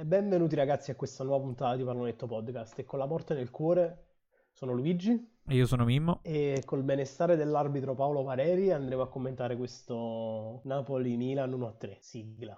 E benvenuti ragazzi a questa nuova puntata di Pallonetto Podcast. E con la morte nel cuore sono Luigi Io sono Mimmo. e col benestare dell'arbitro Paolo Pareri andremo a commentare questo Napoli-Milan 1-3. Sigla.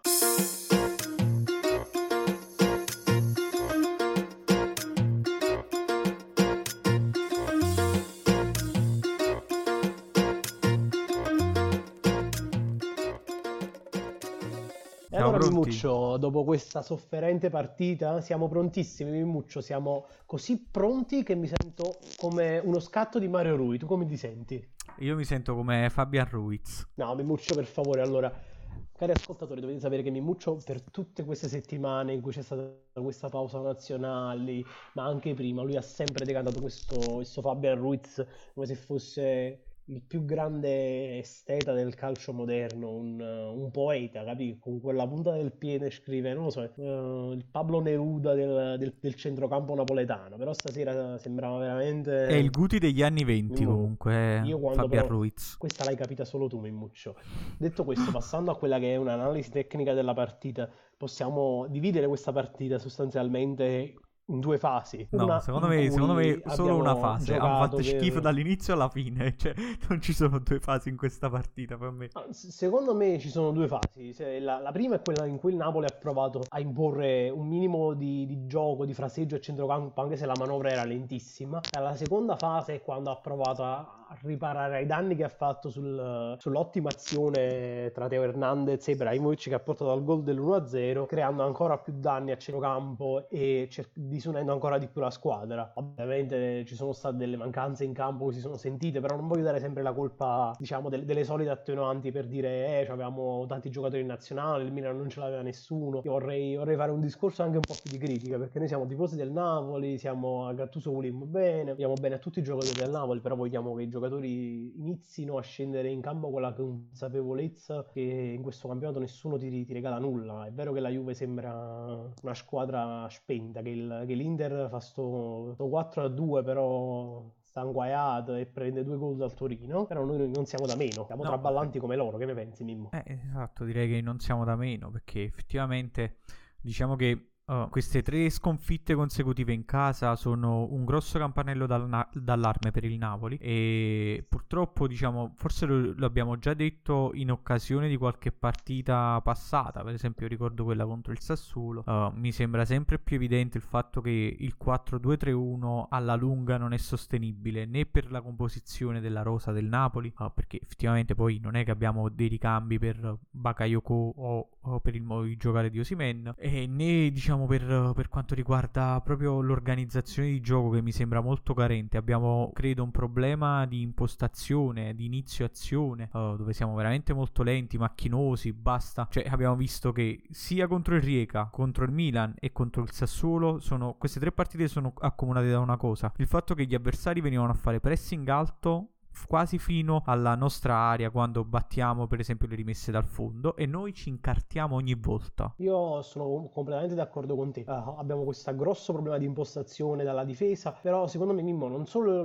E Siamo allora pronti? Mimmuccio, dopo questa sofferente partita, siamo prontissimi Mimmuccio, siamo così pronti che mi sento come uno scatto di Mario Rui. Tu come ti senti? Io mi sento come Fabian Ruiz. No, Mimmuccio, per favore, allora, cari ascoltatori, dovete sapere che Mimmuccio per tutte queste settimane in cui c'è stata questa pausa nazionali, ma anche prima, lui ha sempre decantato questo Fabian Ruiz come se fosse il più grande esteta del calcio moderno, un poeta, capi? Con quella punta del piede scrive, non lo so, il Pablo Neruda del centrocampo napoletano, però stasera sembrava È il veramente... Guti degli anni 20 Mimmo, comunque, io quando Fabian però... Ruiz. Questa l'hai capita solo tu, Mimmuccio. Detto questo, passando a quella che è un'analisi tecnica della partita, possiamo dividere questa partita sostanzialmente in due fasi. No, Una in secondo me cui solo una abbiamo fase. Hanno giocato fatto schifo per... dall'inizio alla fine. Cioè, non ci sono due fasi in questa partita per me. Secondo me ci sono due fasi. La prima è quella in cui il Napoli ha provato a imporre un minimo di gioco, di fraseggio a centrocampo, anche se la manovra era lentissima. E la seconda fase è quando ha provato a riparare ai danni che ha fatto sull'ottima azione tra Teo Hernandez e Ibrahimovic, che ha portato al gol dell'1-0, creando ancora più danni a centrocampo e disunendo ancora di più la squadra. Ovviamente ci sono state delle mancanze in campo che si sono sentite, però non voglio dare sempre la colpa, diciamo, delle solite attenuanti per dire avevamo tanti giocatori nazionali, il Milan non ce l'aveva nessuno. Io vorrei fare un discorso anche un po' più di critica, perché noi siamo tifosi del Napoli, siamo a Gattuso, vogliamo bene, vogliamo bene a tutti i giocatori del Napoli, però vogliamo che i giocatori inizino a scendere in campo con la consapevolezza che in questo campionato nessuno ti regala nulla. È vero che la Juve sembra una squadra spenta, che l'Inter fa sto 4-2, però sta inguaiato e prende 2 gol dal Torino, però noi non siamo da meno, siamo No, traballanti come loro. Che ne pensi, Mimmo? esatto, direi che non siamo da meno perché effettivamente diciamo che queste 3 sconfitte consecutive in casa sono un grosso campanello d'allarme per il Napoli e purtroppo diciamo forse lo abbiamo già detto in occasione di qualche partita passata, per esempio ricordo quella contro il Sassuolo. Mi sembra sempre più evidente il fatto che il 4-2-3-1 alla lunga non è sostenibile né per la composizione della rosa del Napoli, perché effettivamente poi non è che abbiamo dei ricambi per Bakayoko o per il modo di giocare di Osimhen, e né diciamo per quanto riguarda proprio l'organizzazione di gioco, che mi sembra molto carente. Abbiamo credo un problema di impostazione, di inizio azione, dove siamo veramente molto lenti, macchinosi, basta. Cioè abbiamo visto che sia contro il Rijeka, contro il Milan e contro il Sassuolo queste 3 partite sono accomunate da una cosa: il fatto che gli avversari venivano a fare pressing alto quasi fino alla nostra area quando battiamo per esempio le rimesse dal fondo, e noi ci incartiamo ogni volta. Io sono completamente d'accordo con te. Abbiamo questo grosso problema di impostazione dalla difesa, però secondo me Mimmo non solo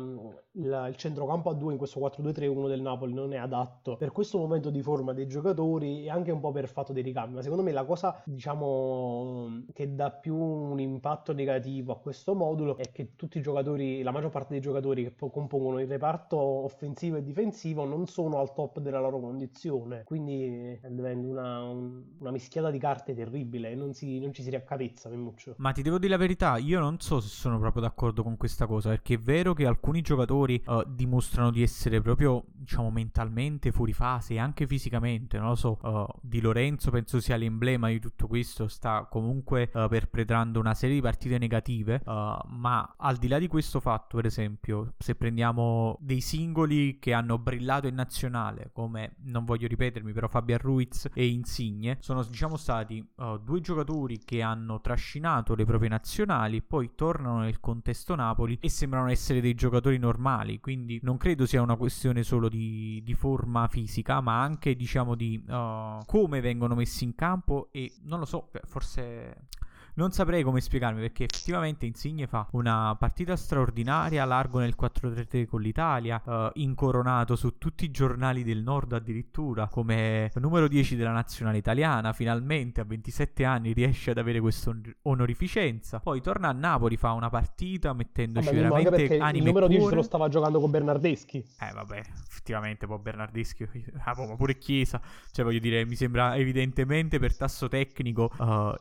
il centrocampo a due in questo 4-2-3-1 del Napoli non è adatto per questo momento di forma dei giocatori e anche un po' per fatto dei ricambi, ma secondo me la cosa, diciamo, che dà più un impatto negativo a questo modulo è che tutti i giocatori, la maggior parte dei giocatori che compongono il reparto offensivo e difensivo non sono al top della loro condizione, quindi diventa una mischiata di carte terribile e non ci si riaccarezza, Memmuccio. Ma ti devo dire la verità, io non so se sono proprio d'accordo con questa cosa, perché è vero che alcuni giocatori dimostrano di essere proprio, diciamo, mentalmente fuori fase e anche fisicamente, non lo so. Di Lorenzo penso sia l'emblema di tutto questo, sta comunque perpetrando una serie di partite negative, ma al di là di questo fatto, per esempio, se prendiamo dei singoli che hanno brillato in nazionale, come, non voglio ripetermi, però Fabian Ruiz e Insigne, sono diciamo stati 2 giocatori che hanno trascinato le proprie nazionali, poi tornano nel contesto Napoli e sembrano essere dei giocatori normali, quindi non credo sia una questione solo di forma fisica, ma anche diciamo di come vengono messi in campo. E non lo so, forse non saprei come spiegarmi, perché effettivamente Insigne fa una partita straordinaria, largo nel 4-3 con l'Italia, incoronato su tutti i giornali del nord addirittura come numero 10 della nazionale italiana. Finalmente a 27 anni riesce ad avere questa onorificenza. Poi torna a Napoli, fa una partita mettendoci Mimmo, anche veramente perché il anima e numero 10 se lo cuore. stava giocando con Bernardeschi. Vabbè, effettivamente poi Bernardeschi, ma pure Chiesa, cioè voglio dire, mi sembra evidentemente per tasso tecnico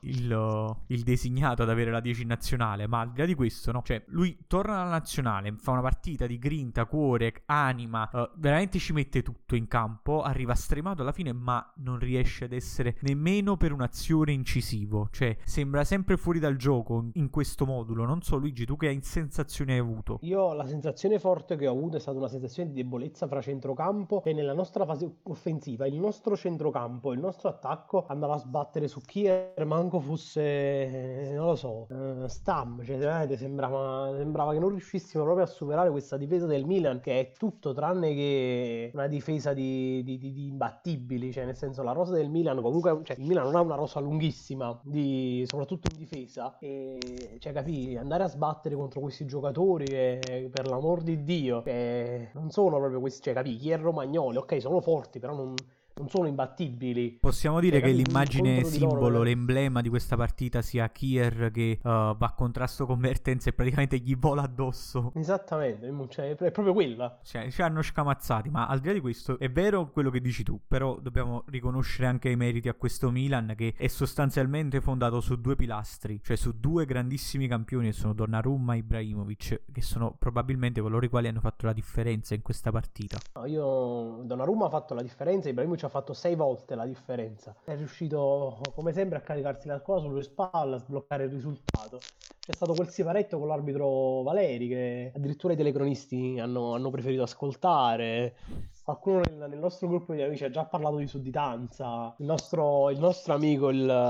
il designato ad avere la 10 in nazionale, ma al di là di questo, no, cioè lui torna alla nazionale, fa una partita di grinta, cuore, anima, veramente ci mette tutto in campo, arriva stremato alla fine, ma non riesce ad essere nemmeno per un'azione incisivo, cioè sembra sempre fuori dal gioco in questo modulo. Non so Luigi, tu che sensazioni hai avuto? Io la sensazione forte che ho avuto è stata una sensazione di debolezza fra centrocampo e nella nostra fase offensiva il nostro centrocampo, il nostro attacco andava a sbattere su chi manco fosse, non lo so, Stam, cioè veramente sembrava che non riuscissimo proprio a superare questa difesa del Milan, che è tutto tranne che una difesa di imbattibili, cioè nel senso la rosa del Milan comunque, cioè il Milan non ha una rosa lunghissima, soprattutto in difesa, e cioè capì, andare a sbattere contro questi giocatori che, per l'amor di Dio, che non sono proprio questi, cioè capì, chi è Romagnoli, ok, sono forti, però non sono imbattibili. Possiamo Cioè, dire che capì, l'immagine contro di loro simbolo, l'emblema di questa partita sia Kier che va a contrasto con Mertens e praticamente gli vola addosso. Esattamente, cioè, è proprio quella. Cioè, ci hanno scamazzati, ma al di là di questo è vero quello che dici tu, però dobbiamo riconoscere anche i meriti a questo Milan che è sostanzialmente fondato su due pilastri, cioè su due grandissimi campioni che sono Donnarumma e Ibrahimovic, che sono probabilmente coloro i quali hanno fatto la differenza in questa partita. No, Donnarumma ha fatto la differenza, Ibrahimovic ha fatto 6 volte la differenza. È riuscito, come sempre, a caricarsi la squadra sulle spalle, a sbloccare il risultato. C'è stato quel siparetto con l'arbitro Valeri che addirittura i telecronisti hanno preferito ascoltare. Qualcuno nel nostro gruppo di amici ha già parlato di sudditanza. Il nostro amico,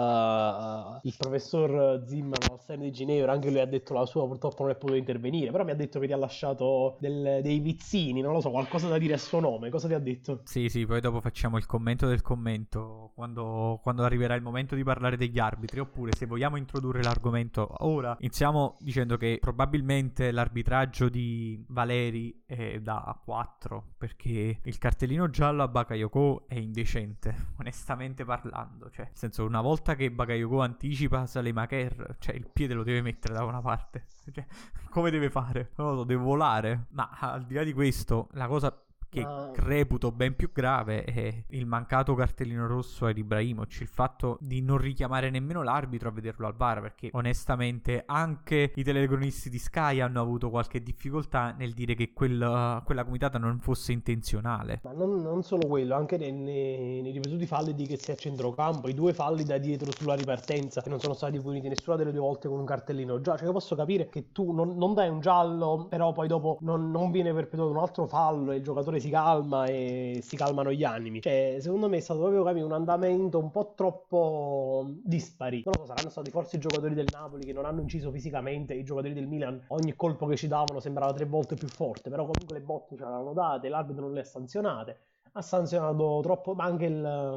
il professor Zimmer al Senne di Ginevra, anche lui ha detto la sua, purtroppo non è potuto intervenire, però mi ha detto che ti ha lasciato dei vizzini, non lo so, qualcosa da dire a suo nome. Cosa ti ha detto? Sì, poi dopo facciamo il commento del commento quando arriverà il momento di parlare degli arbitri, oppure se vogliamo introdurre l'argomento ora, iniziamo dicendo che probabilmente l'arbitraggio di Valeri è da 4, perché il cartellino giallo a Bakayoko è indecente, onestamente parlando, cioè, nel senso, una volta che Bakayoko anticipa Salemaker, cioè il piede lo deve mettere da una parte, cioè, come deve fare? Non lo so, deve volare, ma al di là di questo, la cosa che Ma reputo ben più grave è il mancato cartellino rosso ad Ibrahimovic, il fatto di non richiamare nemmeno l'arbitro a vederlo al VAR, perché onestamente anche i telecronisti di Sky hanno avuto qualche difficoltà nel dire che quella comitata non fosse intenzionale. Ma non solo quello, anche nei ripetuti falli di che sia a centrocampo, i 2 falli da dietro sulla ripartenza che non sono stati puniti nessuna delle 2 volte con un cartellino già. Cioè io posso capire che tu non dai un giallo, però poi dopo non viene perpetuato un altro fallo e il giocatore si calma e si calmano gli animi. Cioè secondo me è stato proprio, capito, un andamento un po' troppo dispari. Non lo so, saranno stati forse i giocatori del Napoli che non hanno inciso fisicamente, i giocatori del Milan ogni colpo che ci davano sembrava 3 volte più forte, però comunque le botte ce l'hanno date, l'arbitro non le ha sanzionate. Ha sanzionato troppo, ma anche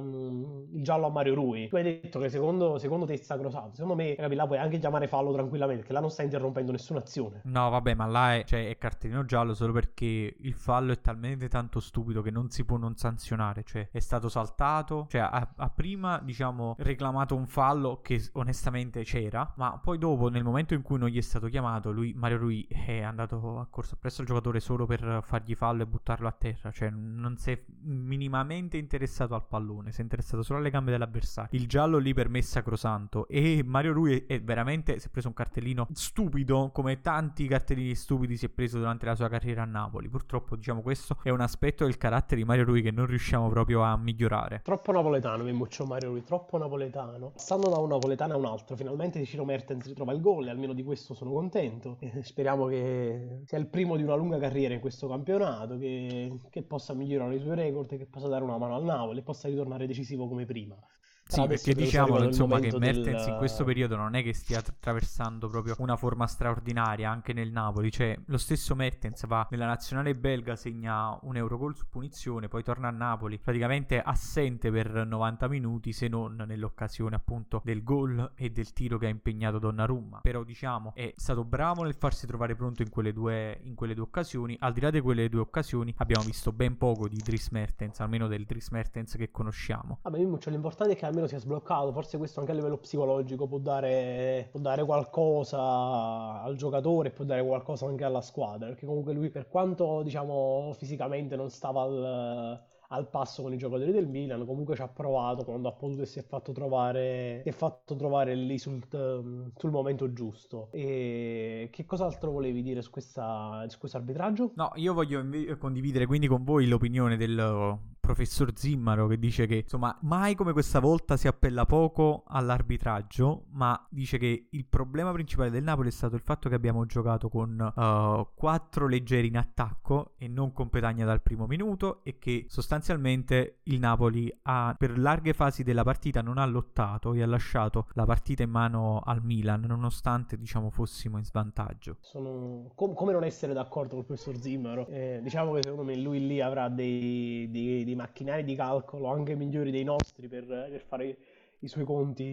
il giallo a Mario Rui. Tu hai detto che secondo te è sacrosanto. Secondo me, capi, là puoi anche chiamare fallo tranquillamente, perché là non sta interrompendo nessuna azione. No, vabbè, ma là è cartellino giallo solo perché il fallo è talmente tanto stupido che non si può non sanzionare. Cioè, è stato saltato. Cioè, ha prima, diciamo, reclamato un fallo che onestamente c'era. Ma poi dopo, nel momento in cui non gli è stato chiamato, Mario Rui è andato a corso appresso al giocatore solo per fargli fallo e buttarlo a terra. Cioè, non si è minimamente interessato al pallone, si è interessato solo alle gambe dell'avversario. Il giallo lì per me è sacrosanto. E Mario Rui è veramente, si è preso un cartellino stupido, come tanti cartellini stupidi si è preso durante la sua carriera a Napoli. Purtroppo, diciamo, questo è un aspetto del carattere di Mario Rui che non riusciamo proprio a migliorare. Troppo napoletano, Mimmuccio Mario Rui, troppo napoletano. Passando da un napoletano a un altro, finalmente Ciro Mertens ritrova il gol e almeno di questo sono contento. Speriamo che sia il primo di una lunga carriera in questo campionato, che possa migliorare i suoi record, che possa dare una mano al Napoli e possa ritornare decisivo come prima. Sì, adesso perché credo sia diciamolo, arrivato il insomma, che momento Mertens in questo del... periodo non è che stia attraversando proprio una forma straordinaria anche nel Napoli, cioè lo stesso Mertens va nella nazionale belga, segna un Eurogol su punizione, poi torna a Napoli, praticamente assente per 90 minuti se non nell'occasione appunto del gol e del tiro che ha impegnato Donnarumma, però diciamo è stato bravo nel farsi trovare pronto in quelle due occasioni. Al di là di quelle due occasioni abbiamo visto ben poco di Dries Mertens, almeno del Dries Mertens che conosciamo. Vabbè, Mimmuccio, l'importante è che almeno sia sbloccato, forse questo anche a livello psicologico può dare qualcosa al giocatore, può dare qualcosa anche alla squadra, perché comunque lui, per quanto diciamo fisicamente non stava al passo con i giocatori del Milan, comunque ci ha provato quando ha potuto e si è fatto trovare lì sul momento giusto. E che cos'altro volevi dire su questo arbitraggio? No, io voglio condividere quindi con voi l'opinione del professor Zimmaro, che dice che insomma mai come questa volta si appella poco all'arbitraggio, ma dice che il problema principale del Napoli è stato il fatto che abbiamo giocato con 4 leggeri in attacco e non con Petagna dal primo minuto, e che sostanzialmente il Napoli per larghe fasi della partita non ha lottato e ha lasciato la partita in mano al Milan, nonostante diciamo fossimo in svantaggio. Come non essere d'accordo col professor Zimmaro? Diciamo che secondo me lui lì avrà dei macchinari di calcolo anche migliori dei nostri per fare i suoi conti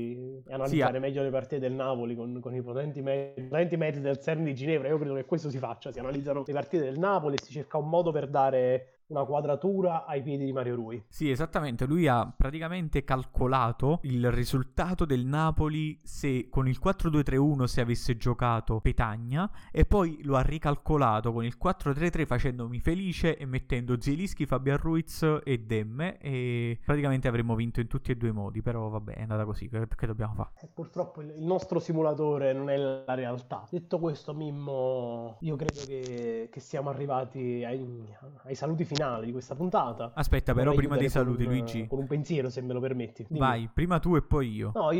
e Sì, analizzare meglio le partite del Napoli con i potenti metri del CERN di Ginevra. Io credo che questo si faccia, si analizzano le partite del Napoli e si cerca un modo per dare una quadratura ai piedi di Mario Rui. sì, esattamente, lui ha praticamente calcolato il risultato del Napoli se con il 4-2-3-1 se avesse giocato Petagna, e poi lo ha ricalcolato con il 4-3-3 facendomi felice e mettendo Zielinski, Fabian Ruiz e Demme, e praticamente avremmo vinto in tutti e due i modi, però vabbè, è andata così, che dobbiamo fare? Purtroppo il nostro simulatore non è la realtà. Detto questo, Mimmo, io credo che siamo arrivati ai saluti finali di questa puntata. Aspetta, però Vorrei prima dei chiudere saluti, Luigi, con un pensiero, se me lo permetti. Dimmi. vai, prima tu e poi io. No,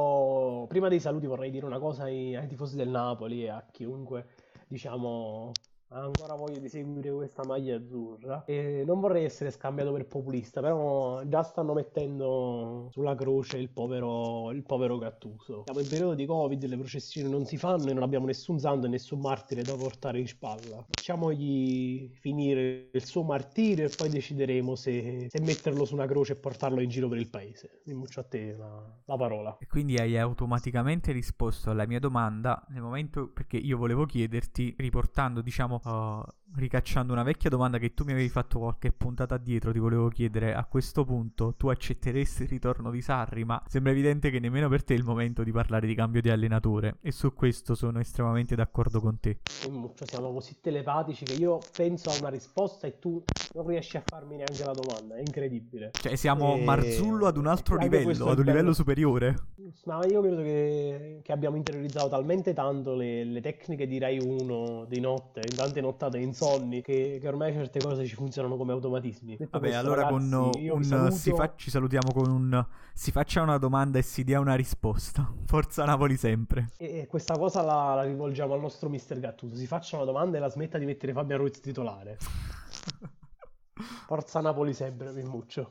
io prima dei saluti vorrei dire una cosa ai tifosi del Napoli e a chiunque, diciamo, ha ancora voglia di seguire questa maglia azzurra. E non vorrei essere scambiato per populista, però già stanno mettendo sulla croce il povero Gattuso. Siamo in periodo di Covid, le processioni non si fanno e non abbiamo nessun santo e nessun martire da portare in spalla. Facciamogli finire il suo martirio e poi decideremo se metterlo su una croce e portarlo in giro per il paese. Rimuccio a te la parola. E quindi hai automaticamente risposto alla mia domanda nel momento, perché io volevo chiederti, riportando, diciamo, ricacciando una vecchia domanda che tu mi avevi fatto qualche puntata addietro, ti volevo chiedere: a questo punto tu accetteresti il ritorno di Sarri? Ma sembra evidente che nemmeno per te è il momento di parlare di cambio di allenatore, e su questo sono estremamente d'accordo con te. Muccio, siamo così telepatici che io penso a una risposta e tu non riesci a farmi neanche la domanda, è incredibile. Cioè siamo Marzullo ad un altro Anche livello, questo è ad un livello bello. superiore. Ma io credo che abbiamo interiorizzato talmente tanto le tecniche di Rai 1 di notte, in tante nottate insonni, che ormai certe cose ci funzionano come automatismi. Detto Vabbè, questo, allora ragazzi, con io vi saluto. ci salutiamo con un si faccia una domanda e si dia una risposta. Forza Napoli sempre. E questa cosa la rivolgiamo al nostro mister Gattuso. Si faccia una domanda e la smetta di mettere Fabian Ruiz titolare. Forza Napoli sempre, Mimmuccio.